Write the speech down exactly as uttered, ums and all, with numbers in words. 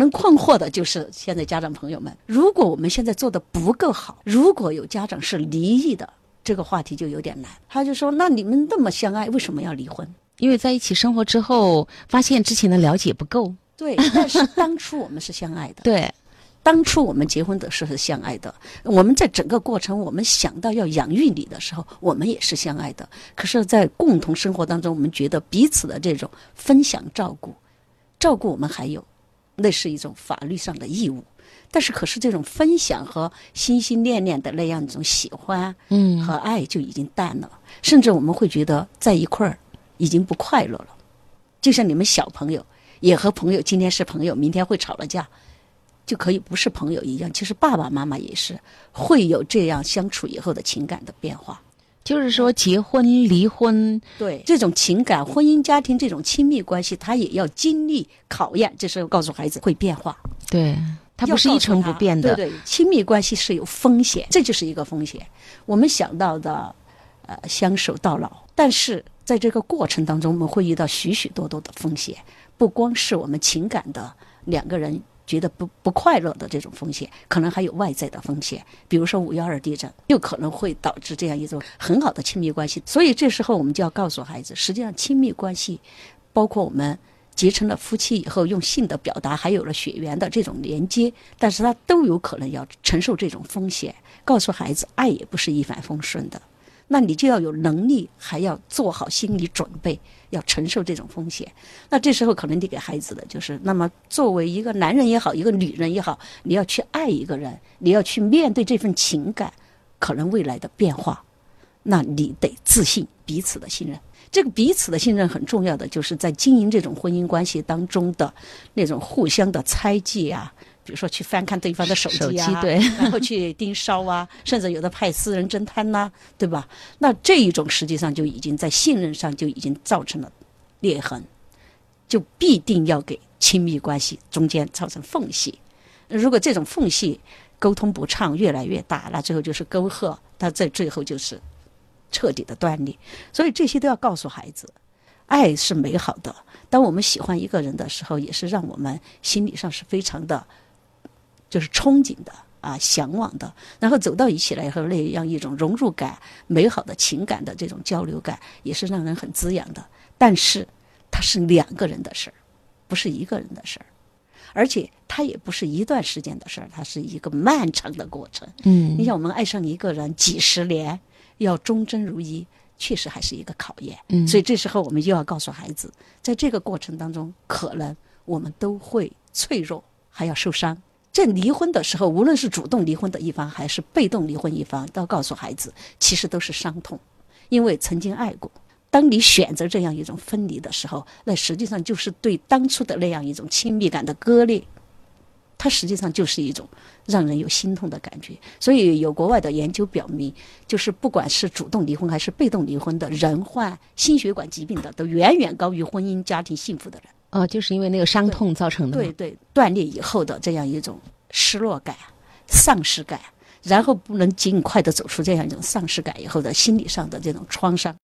很困惑的就是现在家长朋友们，如果我们现在做的不够好，如果有家长是离异的，这个话题就有点难。他就说，那你们那么相爱，为什么要离婚？ 因为在一起生活之后发现之前的了解不够。 对，但是当初我们是相爱的。 对， 当初我们结婚的时候是相爱的，我们在整个过程我们想到要养育你的时候，我们也是相爱的。可是在共同生活当中，我们觉得彼此的这种分享照顾照顾我们还有那是一种法律上的义务，但是可是这种分享和心心念念的那样一种喜欢嗯和爱就已经淡了，甚至我们会觉得在一块儿已经不快乐了。就像你们小朋友也和朋友今天是朋友明天会吵了架，就可以不是朋友一样，其实爸爸妈妈也是会有这样相处以后的情感的变化。 就是说结婚离婚， 对这种情感婚姻家庭这种亲密关系，他也要经历考验，这时候告诉孩子会变化， 对，它不是一成不变的。 对对，亲密关系是有风险，这就是一个风险。我们想到的呃相守到老，但是在这个过程当中我们会遇到许许多多的风险，不光是我们情感的两个人觉得不不快乐的这种风险，可能还有外在的风险，比如说五一二地震就可能会导致这样一种很好的亲密关系。所以这时候我们就要告诉孩子，实际上亲密关系包括我们结成了夫妻以后用性的表达还有了血缘的这种连接，但是他都有可能要承受这种风险。告诉孩子爱也不是一帆风顺的，那你就要有能力还要做好心理准备，要承受这种风险。那这时候可能你给孩子的就是，那么作为一个男人也好一个女人也好，你要去爱一个人，你要去面对这份情感可能未来的变化，那你得自信，彼此的信任。这个彼此的信任很重要的就是在经营这种婚姻关系当中的那种互相的猜忌啊，比如说去翻看对方的手机啊， 手机对， 然后去盯梢啊，甚至有的派私人侦探呐、啊，对吧？那这一种实际上就已经在信任上就已经造成了裂痕，就必定要给亲密关系中间造成缝隙。如果这种缝隙沟通不畅越来越大，那最后就是沟壑，它在最后就是彻底的断裂。所以这些都要告诉孩子，爱是美好的，当我们喜欢一个人的时候，也是让我们心理上是非常的就是憧憬的啊，向往的，然后走到一起来以后那样一种融入感美好的情感的这种交流感也是让人很滋养的。但是它是两个人的事儿，不是一个人的事儿，而且它也不是一段时间的事儿，它是一个漫长的过程。 嗯， 你想我们爱上一个人几十年要忠贞如一，确实还是一个考验。 嗯， 所以这时候我们就要告诉孩子，在这个过程当中可能我们都会脆弱还要受伤。在离婚的时候，无论是主动离婚的一方还是被动离婚一方，都要告诉孩子其实都是伤痛，因为曾经爱过。当你选择这样一种分离的时候，那实际上就是对当初的那样一种亲密感的割裂，它实际上就是一种让人有心痛的感觉。所以有国外的研究表明，就是不管是主动离婚还是被动离婚的人，患心血管疾病的都远远高于婚姻家庭幸福的人。 哦，就是因为那个伤痛造成的。 对对，断裂以后的这样一种失落感、丧失感，然后不能尽快的走出这样一种丧失感以后的心理上的这种创伤。